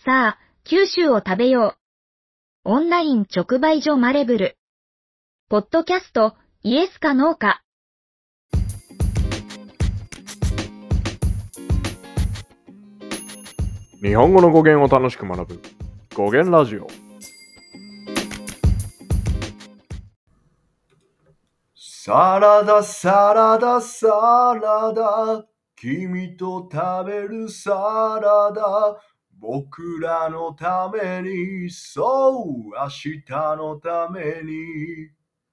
さあ、九州を食べよう。オンライン直売所マレブル。ポッドキャスト、イエスかノーか。 日本語の語源を楽しく学ぶ語源ラジオ。 サラダサラダサラダ、君と食べるサラダ、僕らのために、そう明日のために。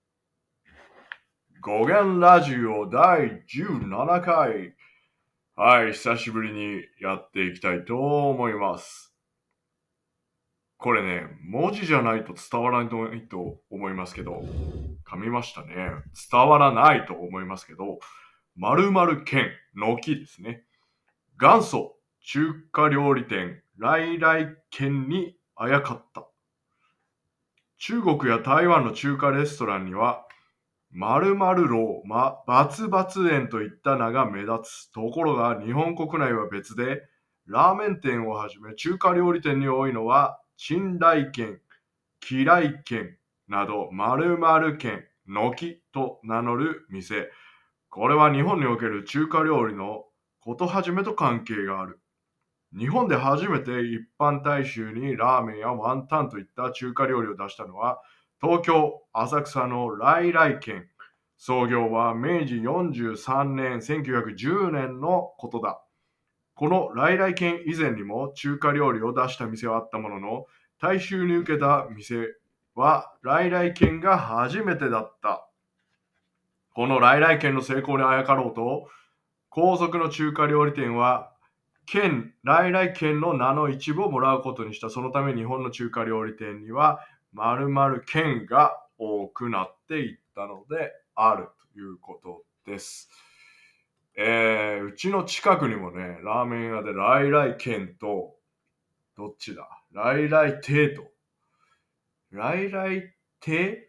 語源ラジオ第17回。はい、久しぶりにやっていきたいと思います。これね、文字じゃないと伝わらないと思いますけど、噛みましたね。伝わらないと思いますけど、〇〇県の木ですね。元祖中華料理店来来軒にあやかった。中国や台湾の中華レストランには、〇〇楼、バツバツ園といった名が目立つ。ところが日本国内は別で、ラーメン店をはじめ中華料理店に多いのは、珍来軒、奇来軒など〇〇軒のきと名乗る店。これは日本における中華料理のことはじめと関係がある。日本で初めて一般大衆にラーメンやワンタンといった中華料理を出したのは東京浅草の来来軒。創業は明治43年1910年のことだ。この来来軒以前にも中華料理を出した店はあったものの、大衆に受けた店は来来軒が初めてだった。この来来軒の成功にあやかろうと、後続の中華料理店は来来軒の名の一部をもらうことにした。そのため日本の中華料理店には〇〇軒が多くなっていったのであるということです。うちの近くにもね、ラーメン屋で来来軒と、どっちだ来来亭と。来来亭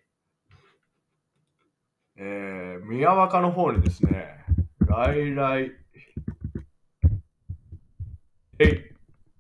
宮若の方にですね、来来亭。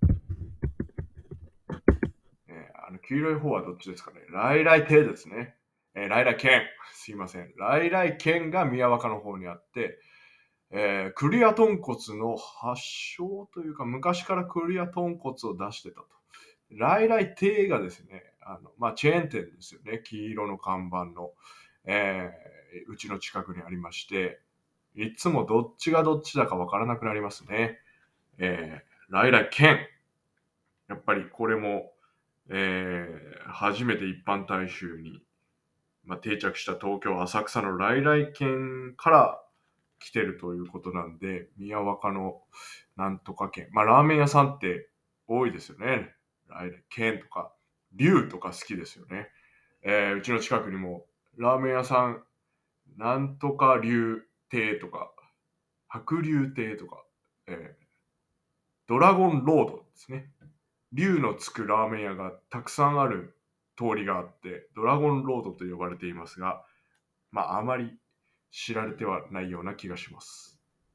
黄色い方はどっちですかね。来来亭ですね。来来軒。すいません。来来軒が宮若の方にあって、クリア豚骨の発祥というか、昔からクリア豚骨を出してたと。来来亭がですね、チェーン店ですよね。黄色の看板の、うちの近くにありまして、いつもどっちがどっちだかわからなくなりますね。来来軒。やっぱりこれも、初めて一般大衆に、定着した東京浅草の来来軒から来てるということなんで、宮若のなんとか軒。ラーメン屋さんって多いですよね。来来軒とか、龍とか好きですよね。うちの近くにもラーメン屋さん、なんとか龍亭とか、白龍亭とか、ドラゴンロードですね。龍のつくラーメン屋がたくさんある通りがあって、ドラゴンロードと呼ばれていますが、あまり知られてはないような気がします。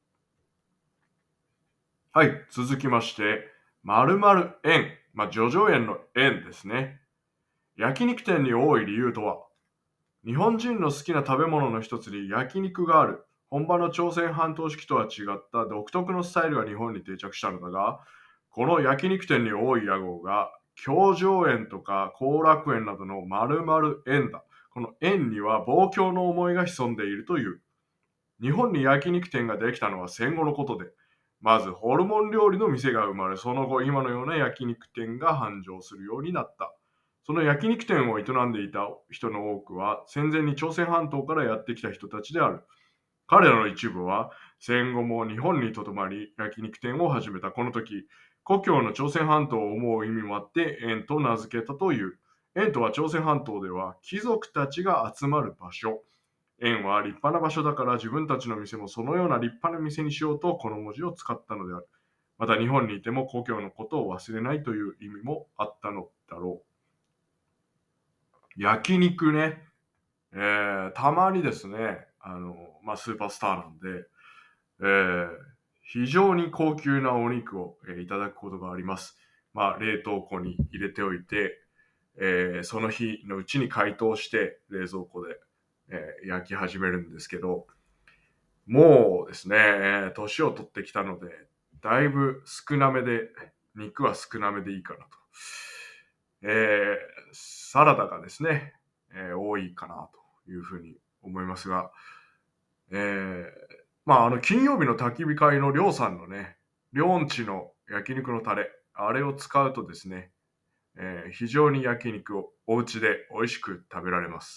はい、続きまして、〇〇園。叙々苑の園ですね。焼肉店に多い理由とは、日本人の好きな食べ物の一つに焼肉がある。本場の朝鮮半島式とは違った独特のスタイルが日本に定着したのだが、この焼肉店に多い屋号が、京城園とか後楽園などの〇〇園だ。この園には望郷の思いが潜んでいるという。日本に焼肉店ができたのは戦後のことで、まずホルモン料理の店が生まれ、その後今のような焼肉店が繁盛するようになった。その焼肉店を営んでいた人の多くは戦前に朝鮮半島からやってきた人たちである。彼らの一部は戦後も日本にとどまり焼肉店を始めた。この時、故郷の朝鮮半島を思う意味もあって園と名付けたという。園とは朝鮮半島では貴族たちが集まる場所。園は立派な場所だから自分たちの店もそのような立派な店にしようとこの文字を使ったのである。また日本にいても故郷のことを忘れないという意味もあったのだろう。焼肉ね、たまにですね、スーパースターなんで、非常に高級なお肉を、いただくことがあります。 冷凍庫に入れておいて、その日のうちに解凍して冷蔵庫で、焼き始めるんですけど、もうですね、年を取ってきたので、だいぶ肉は少なめでいいかなと。サラダがですね、多いかなというふうに思いますが、金曜日の焚き火会のりょうさんのね、りょんちの焼肉のタレ、あれを使うとですね、非常に焼肉をお家で美味しく食べられます。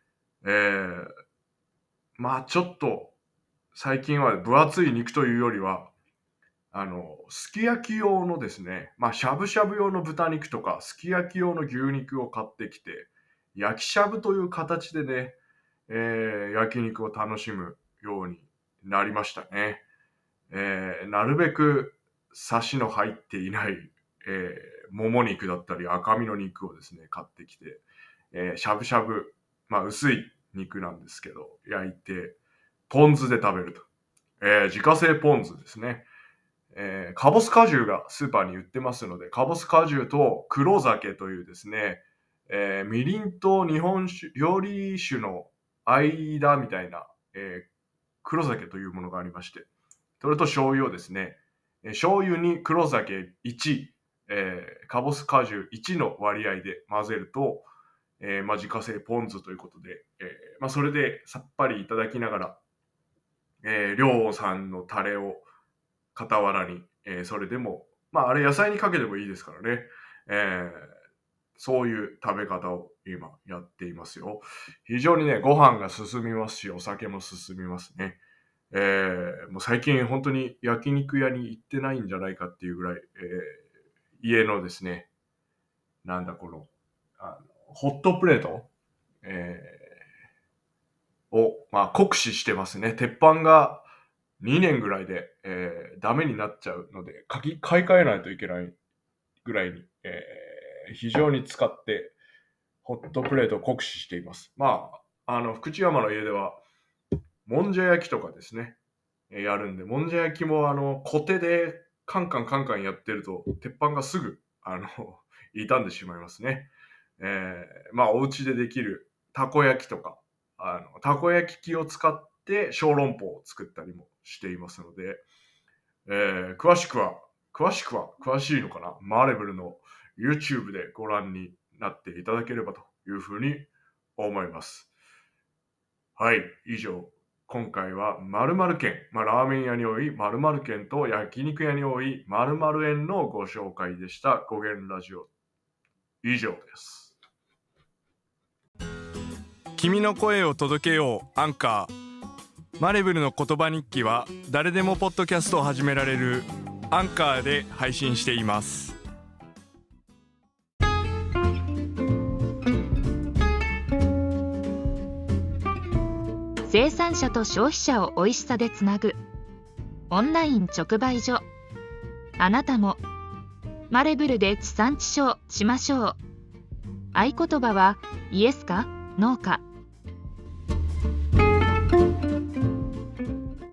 ちょっと最近は分厚い肉というよりは、すき焼き用のですね、しゃぶしゃぶ用の豚肉とか、すき焼き用の牛肉を買ってきて、焼きしゃぶという形でね、焼肉を楽しむようになりましたね。なるべくサシの入っていない、もも肉だったり赤身の肉をですね、買ってきて、しゃぶしゃぶ、薄い肉なんですけど、焼いて、ポン酢で食べると。自家製ポン酢ですね。かぼす果汁がスーパーに売ってますので、かぼす果汁と黒酒というですね、みりんと日本酒、料理酒の間みたいな、黒酒というものがありまして、それと醤油をですね、醤油に黒酒1、かぼす果汁1の割合で混ぜると、自家製ポン酢ということで、それでさっぱりいただきながら、りょうさんのタレを傍らに、それでも、あれ野菜にかけてもいいですからね、そういう食べ方を今やっていますよ。非常にね、ご飯が進みますし、お酒も進みますね。もう最近本当に焼肉屋に行ってないんじゃないかっていうぐらい、家のですね、ホットプレート、を、酷使してますね。鉄板が2年ぐらいで、ダメになっちゃうので、買い替えないといけないぐらいに、非常に使って、ホットプレートを酷使しています。福知山の家では、もんじゃ焼きとかですね、やるんで、もんじゃ焼きもコテでカンカンやってると、鉄板がすぐ、傷んでしまいますね。お家でできるたこ焼きとか、たこ焼き器を使って小籠包を作ったりもしていますので、詳しいのかな、マーレブルの YouTube でご覧になっていただければというふうに思います。はい、以上。今回は〇〇県、ラーメン屋に多い〇〇県と焼肉屋に多い〇〇園のご紹介でした。語源ラジオ。以上です。 君の声を届けようアンカー。マレブルの言葉日記は誰でもポッドキャストを始められるアンカーで配信しています。 生産者と消費者を美味しさでつなぐオンライン直売所。あなたもマレブルで地産地消しましょう。合言葉はイエスかノーか。